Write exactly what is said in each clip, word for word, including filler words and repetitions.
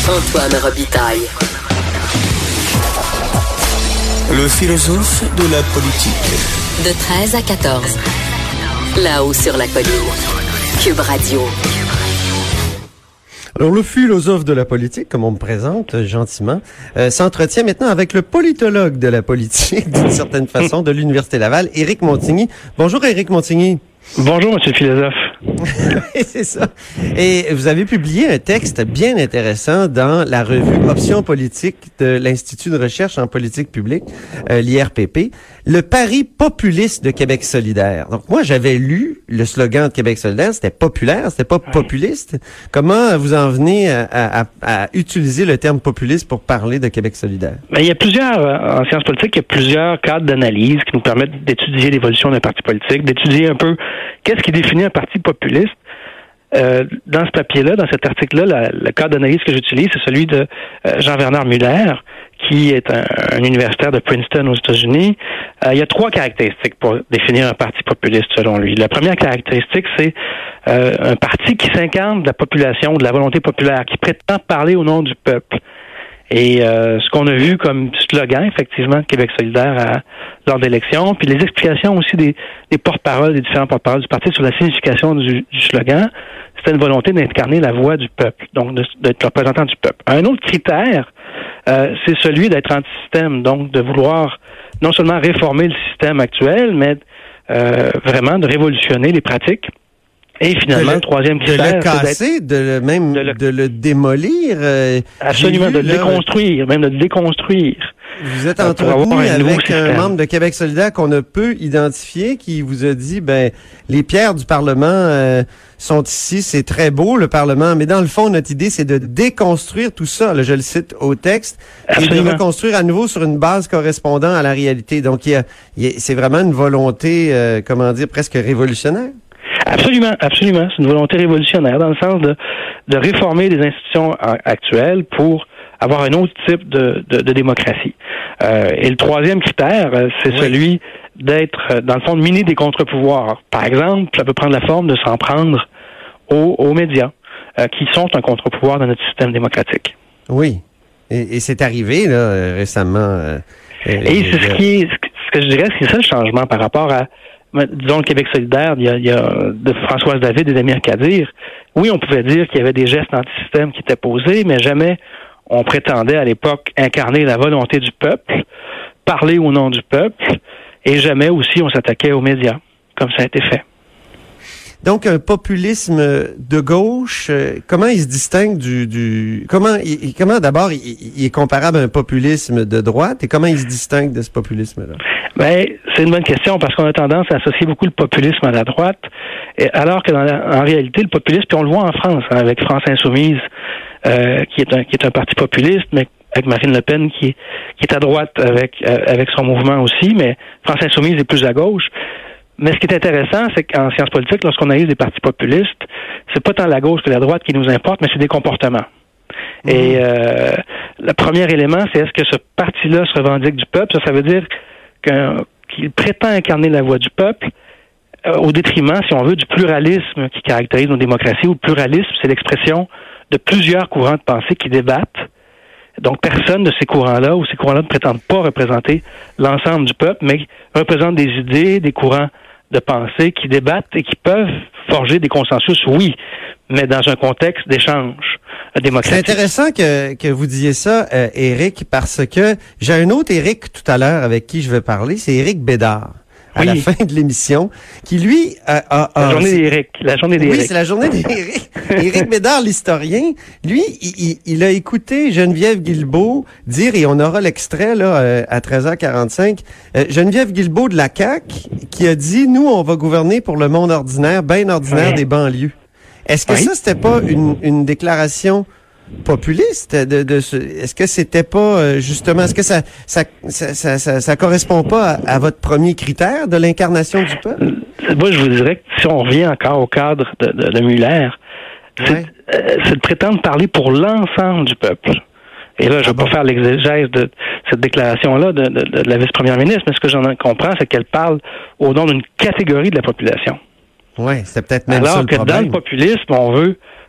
Antoine Robitaille. Le philosophe de la politique. De treize à quatorze. Là-haut sur la colline. Cube Radio. Alors, le philosophe de la politique, comme on me présente euh, gentiment, euh, s'entretient maintenant avec le politologue de la politique, d'une certaine façon, de l'Université Laval, Éric Montigny. Bonjour, Éric Montigny. Bonjour, monsieur le philosophe. C'est ça. Et vous avez publié un texte bien intéressant dans la revue Options politiques de l'Institut de recherche en politique publique, euh, l'I R P P, le pari populiste de Québec solidaire. Donc moi, j'avais lu le slogan de Québec solidaire, c'était populaire, c'était pas populiste. Comment vous en venez à, à, à utiliser le terme populiste pour parler de Québec solidaire? Ben, il y a plusieurs, en sciences politiques, il y a plusieurs cadres d'analyse qui nous permettent d'étudier l'évolution d'un parti politique, d'étudier un peu qu'est-ce qui définit un parti populiste. Euh, dans ce papier-là, dans cet article-là, la, le cadre d'analyse que j'utilise, c'est celui de euh, Jean-Bernard Muller, qui est un, un universitaire de Princeton aux États-Unis. Euh, il y a trois caractéristiques pour définir un parti populiste, selon lui. La première caractéristique, c'est euh, un parti qui s'incarne de la population, de la volonté populaire, qui prétend parler au nom du peuple. Et euh, ce qu'on a vu comme slogan, effectivement, de Québec solidaire à, lors d'élections, puis les explications aussi des, des porte-paroles, des différents porte-paroles du parti sur la signification du, du slogan, c'était une volonté d'incarner la voix du peuple, donc de, d'être le représentant du peuple. Un autre critère, euh, c'est celui d'être anti-système, donc de vouloir non seulement réformer le système actuel, mais euh, vraiment de révolutionner les pratiques. Et finalement, le, le troisième critère, de le casser, de le même, de le, de le démolir. Euh, absolument, vu, de le là, déconstruire, même de le déconstruire. Vous êtes entretenu un avec un membre de Québec solidaire qu'on ne peut identifier, qui vous a dit, ben, les pierres du Parlement euh, sont ici, c'est très beau, le Parlement, mais dans le fond, notre idée, c'est de déconstruire tout ça, là, je le cite au texte, absolument, et de reconstruire à nouveau sur une base correspondant à la réalité. Donc, il y a, il y a, c'est vraiment une volonté, euh, comment dire, presque révolutionnaire. Absolument, absolument. C'est une volonté révolutionnaire dans le sens de, de réformer les institutions actuelles pour avoir un autre type de, de, de démocratie. Euh, et le troisième critère, c'est oui. celui d'être, dans le fond, de miner des contre-pouvoirs. Par exemple, ça peut prendre la forme de s'en prendre aux, aux médias, euh, qui sont un contre-pouvoir dans notre système démocratique. Oui. Et, et c'est arrivé, là, récemment. Euh, et c'est ce qui est, ce que je dirais, c'est ça le changement par rapport à disons le Québec solidaire, il y a, il y a de Françoise David et d'Amir Kadir. Oui, on pouvait dire qu'il y avait des gestes anti-système qui étaient posés, mais jamais on prétendait à l'époque incarner la volonté du peuple, parler au nom du peuple, et jamais aussi on s'attaquait aux médias, comme ça a été fait. Donc, un populisme de gauche, euh, comment il se distingue du... du comment, il, comment d'abord, il, il est comparable à un populisme de droite, et comment il se distingue de ce populisme-là? Ben, c'est une bonne question, parce qu'on a tendance à associer beaucoup le populisme à la droite, et alors que dans la, en réalité, le populisme, puis on le voit en France, hein, avec France Insoumise, euh, qui est un qui est un parti populiste, mais avec Marine Le Pen, qui est, qui est à droite avec, euh, avec son mouvement aussi, mais France Insoumise est plus à gauche. Mais ce qui est intéressant, c'est qu'en sciences politiques, lorsqu'on analyse des partis populistes, c'est pas tant la gauche que la droite qui nous importe, mais c'est des comportements. Mmh. Et euh, le premier élément, c'est est-ce que ce parti-là se revendique du peuple? Ça, ça veut dire qu'un, qu'il prétend incarner la voix du peuple euh, au détriment, si on veut, du pluralisme qui caractérise nos démocraties. Ou le pluralisme, c'est l'expression de plusieurs courants de pensée qui débattent. Donc, personne de ces courants-là ou ces courants-là ne prétendent pas représenter l'ensemble du peuple, mais représentent des idées, des courants de pensée qui débattent et qui peuvent forger des consensus, oui, mais dans un contexte d'échange démocratique. C'est intéressant que, que vous disiez ça, euh, Éric, parce que j'ai un autre Éric tout à l'heure avec qui je vais parler, c'est Éric Bédard. À oui. la fin de l'émission, qui lui a... a, a la journée d'Éric. La journée d'Éric. Oui, c'est la journée d'Éric. Éric Bédard, l'historien, lui, il, il, il a écouté Geneviève Guilbeault dire, et on aura l'extrait là à treize heures quarante-cinq, euh, Geneviève Guilbeault de la C A Q, qui a dit, nous, on va gouverner pour le monde ordinaire, bien ordinaire oui. des banlieues. Est-ce que oui. ça, c'était pas une, une déclaration populiste de, de ce, est-ce que c'était pas euh, justement, est-ce que ça ça ça ça, ça, ça correspond pas à, à votre premier critère de l'incarnation du peuple? Moi, je vous dirais que si on revient encore au cadre de, de, de Muller, c'est, ouais. euh, c'est de prétendre parler pour l'ensemble du peuple. Et là, je ne vais ah pas bon. faire l'exégèse de cette déclaration-là de, de, de la vice-première ministre, mais ce que j'en comprends, c'est qu'elle parle au nom d'une catégorie de la population. Oui, c'est peut-être même Alors ça le que problème. dans le populisme, on veut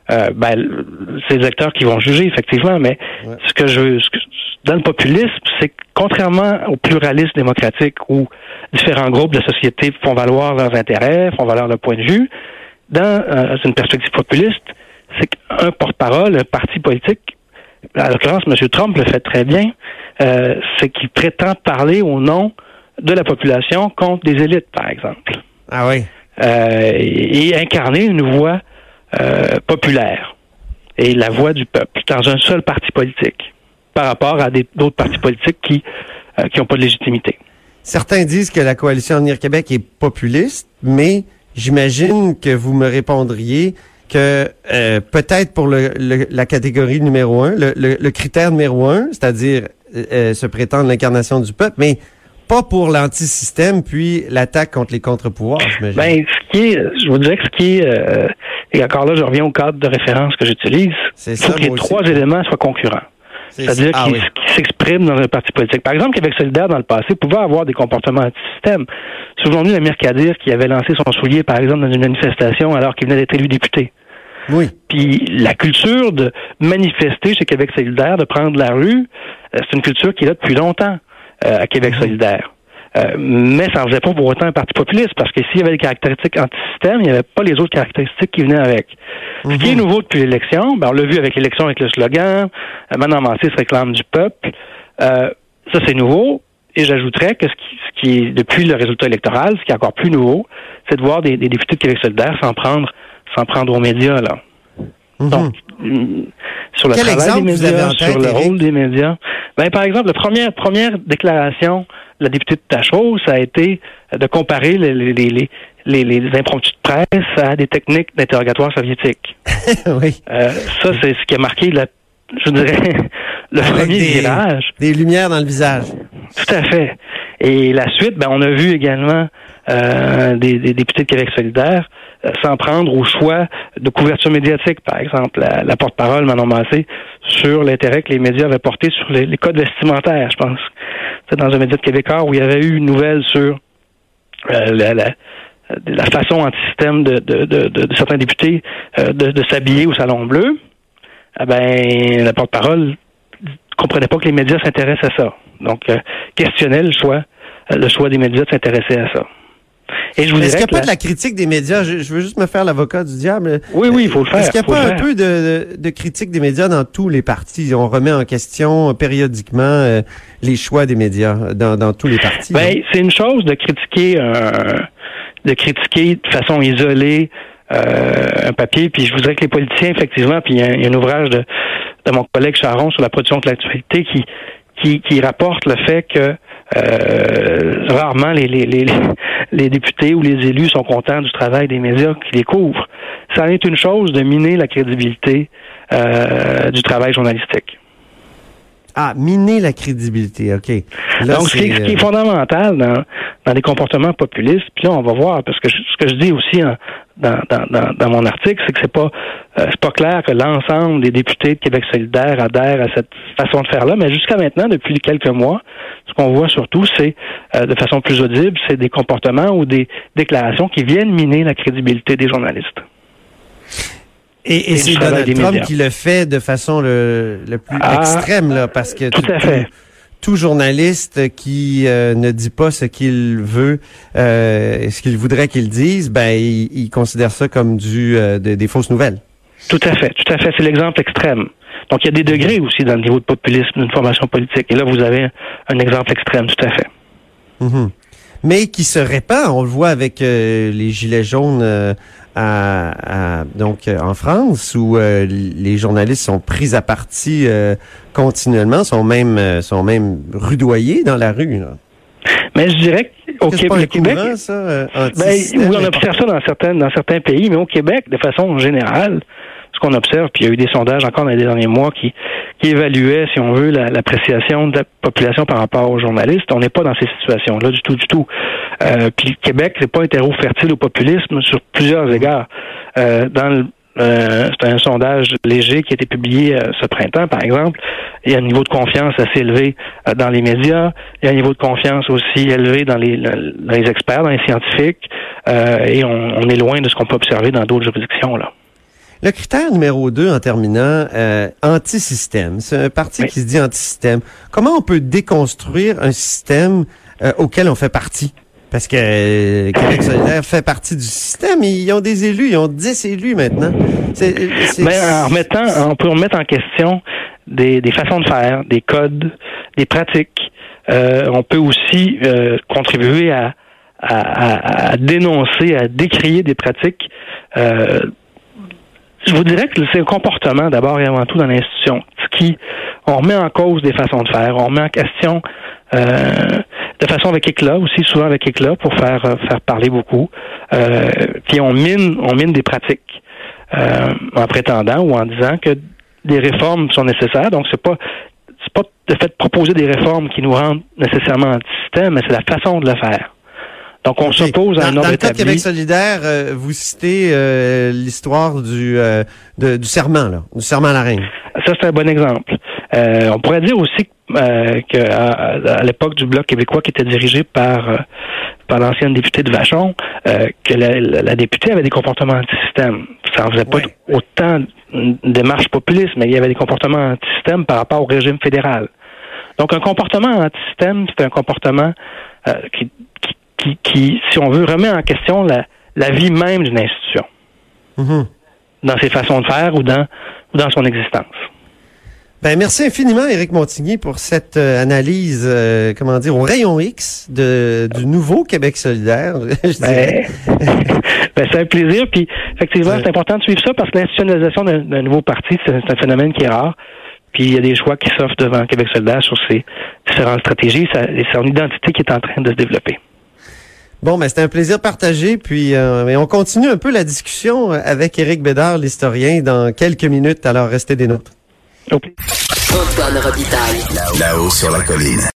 euh, ben, c'est les électeurs qui vont juger, effectivement, mais ouais. ce que je ce que, dans le populisme, c'est que contrairement au pluralisme démocratique où différents groupes de la société font valoir leurs intérêts, font valoir leur point de vue, dans euh, une perspective populiste, c'est qu'un porte-parole, un parti politique, en l'occurrence, M. Trump le fait très bien, euh, c'est qu'il prétend parler au nom de la population contre des élites, par exemple. Ah oui. Euh, et, et incarner une voix euh, populaire et la voix du peuple dans un seul parti politique par rapport à des, d'autres partis politiques qui euh, qui n'ont pas de légitimité. Certains disent que la coalition Avenir Québec est populiste, mais j'imagine que vous me répondriez que euh, peut-être pour le, le, la catégorie numéro un, le, le, le critère numéro un, c'est-à-dire euh, se prétendre l'incarnation du peuple, mais pas pour l'antisystème, puis l'attaque contre les contre-pouvoirs, j'imagine. Ben, ce qui est, je vous dirais que ce qui est, euh, et encore là, je reviens au cadre de référence que j'utilise, il faut que les trois éléments soient concurrents. C'est C'est-à-dire ah, qu'ils oui. qui s'expriment dans un parti politique. Par exemple, Québec solidaire, dans le passé, pouvait avoir des comportements anti-système. Souvenons-nous d'Amir Kadir qui avait lancé son soulier, par exemple, dans une manifestation alors qu'il venait d'être élu député. Oui. Puis la culture de manifester chez Québec solidaire, de prendre la rue, euh, c'est une culture qui est là depuis longtemps euh, à Québec mmh. solidaire. Euh, mais ça ne faisait pas pour autant un parti populiste, parce que s'il y avait des caractéristiques anti-système, il n'y avait pas les autres caractéristiques qui venaient avec. Mm-hmm. Ce qui est nouveau depuis l'élection, ben on l'a vu avec l'élection avec le slogan euh, « Manon Massé se réclame du peuple euh, », ça c'est nouveau, et j'ajouterais que ce qui, ce qui est, depuis le résultat électoral, ce qui est encore plus nouveau, c'est de voir des, des députés de Québec solidaire s'en prendre, s'en prendre aux médias, là. Mm-hmm. Donc, sur le Quel travail des médias, vous avez en tête, sur le Éric? rôle des médias. Ben, par exemple, la première, première déclaration de la députée de Tachereau, ça a été de comparer les, les, les, les, les impromptus de presse à des techniques d'interrogatoire soviétiques. Oui. Euh, ça, c'est ce qui a marqué, la, je dirais, le Avec premier des, virage. Des lumières dans le visage. Tout à fait. Et la suite, ben, on a vu également euh, des, des députés de Québec solidaire euh, s'en prendre au choix de couverture médiatique, par exemple. La, la porte-parole, Manon Massé, sur l'intérêt que les médias avaient porté sur les, les codes vestimentaires, je pense. C'est dans un média de Québécois où il y avait eu une nouvelle sur euh, la, la, la façon anti-système de, de, de, de, de certains députés euh, de, de s'habiller au Salon Bleu. Eh ben, la porte-parole comprenait pas que les médias s'intéressent à ça. Donc, euh, questionnait le choix, euh, le choix des médias de s'intéresser à ça. Et je vous Est-ce qu'il n'y a pas la... de la critique des médias? Je, je veux juste me faire l'avocat du diable. Oui, oui, il faut le faire. Est-ce qu'il n'y a pas un faire. peu de, de, de critique des médias dans tous les partis? On remet en question périodiquement euh, les choix des médias dans, dans tous les partis. Ben, hein? c'est une chose de critiquer euh, de critiquer de façon isolée euh, un papier, puis je voudrais que les politiciens, effectivement, puis il y, y a un ouvrage de, de mon collègue Charon sur la production de l'actualité qui qui, qui rapporte le fait que euh, rarement les, les, les, les députés ou les élus sont contents du travail des médias qui les couvrent. Ça en est une chose de miner la crédibilité euh, du travail journalistique. Ah, miner la crédibilité, OK. Là, Donc, ce qui, est, ce qui est fondamental dans, dans les comportements populistes, puis là, on va voir, parce que je, ce que je dis aussi en, dans, dans, dans, dans mon article, c'est que c'est pas euh, c'est pas clair que l'ensemble des députés de Québec solidaire adhèrent à cette façon de faire-là, mais jusqu'à maintenant, depuis quelques mois, ce qu'on voit surtout, c'est, euh, de façon plus audible, c'est des comportements ou des déclarations qui viennent miner la crédibilité des journalistes. Et, et, et c'est Donald Trump médias. qui le fait de façon le, le plus ah, extrême, là, parce que tout, tout, à fait. tout, tout journaliste qui euh, ne dit pas ce qu'il veut, euh, ce qu'il voudrait qu'il dise, ben il, il considère ça comme du euh, de, des fausses nouvelles. Tout à fait, tout à fait. C'est l'exemple extrême. Donc il y a des degrés aussi dans le niveau de populisme d'une formation politique. Et là, vous avez un, un exemple extrême, tout à fait. Mm-hmm. Mais qui se répand, on le voit avec euh, les gilets jaunes. Euh, À, à, donc euh, en France où euh, les journalistes sont pris à partie euh, continuellement, sont même euh, sont même rudoyés dans la rue. Là. Mais je dirais qu'au Québec, le Québec, courant, ça, euh, ben, oui, on observe ça dans certains dans certains pays, mais au Québec, de façon générale, ce qu'on observe, puis il y a eu des sondages encore dans les derniers mois qui qui évaluaient, si on veut, la, l'appréciation de la population par rapport aux journalistes. On n'est pas dans ces situations-là du tout, du tout. Euh, puis le Québec, c'est pas un terreau fertile au populisme sur plusieurs égards. Euh, dans le, euh, c'est un sondage léger qui a été publié euh, ce printemps, par exemple. Il y a un niveau de confiance assez élevé euh, dans les médias. Il y a un niveau de confiance aussi élevé dans les, dans les experts, dans les scientifiques. Euh, et on, on est loin de ce qu'on peut observer dans d'autres juridictions, là. Le critère numéro deux, en terminant, euh, anti-système. C'est un parti oui. qui se dit anti-système. Comment on peut déconstruire un système euh, auquel on fait partie? Parce que euh, Québec solidaire fait partie du système. Ils ont des élus, ils ont dix élus maintenant. C'est, c'est... Ben, en remettant, on peut remettre en question des, des façons de faire, des codes, des pratiques. Euh, on peut aussi euh, contribuer à, à, à, à dénoncer, à décrier des pratiques. Euh, je vous dirais que c'est un comportement d'abord et avant tout dans l'institution. Ce qui, on remet en cause des façons de faire, on remet en question euh, de façon avec éclat aussi, souvent avec éclat pour faire faire parler beaucoup. Euh, puis on mine, on mine des pratiques euh, en prétendant ou en disant que des réformes sont nécessaires. Donc c'est pas c'est pas le fait de proposer des réformes qui nous rendent nécessairement anti-système, mais c'est la façon de le faire. Donc, on okay. s'oppose à un ordre établi. Dans le cas de Québec solidaire, euh, vous citez euh, l'histoire du euh, de, du serment, là, du serment à la reine. Ça, c'est un bon exemple. Euh, on pourrait dire aussi euh, qu'à à l'époque du Bloc québécois qui était dirigé par euh, par l'ancienne députée de Vachon, euh, que la, la, la députée avait des comportements anti-système. Ça en faisait pas ouais. autant de démarches populistes, mais il y avait des comportements anti-système par rapport au régime fédéral. Donc, un comportement anti-système, c'est un comportement euh, qui, qui Qui, qui, si on veut, remet en question la, la vie même d'une institution. Mm-hmm. Dans ses façons de faire ou dans, ou dans son existence. Ben, merci infiniment, Éric Montigny, pour cette euh, analyse, euh, comment dire, au rayon X de, du nouveau Québec solidaire, je dirais. Ben, ben, c'est un plaisir, puis effectivement, c'est important de suivre ça parce que l'institutionnalisation d'un, d'un nouveau parti, c'est, c'est un phénomène qui est rare. Puis il y a des choix qui s'offrent devant Québec solidaire sur ses différentes stratégies, ça, et son identité qui est en train de se développer. Bon, ben c'était un plaisir partagé, puis euh, mais on continue un peu la discussion avec Éric Bédard, l'historien, dans quelques minutes. Alors restez des nôtres. Okay. Antoine Robitaille. Là-haut sur la colline.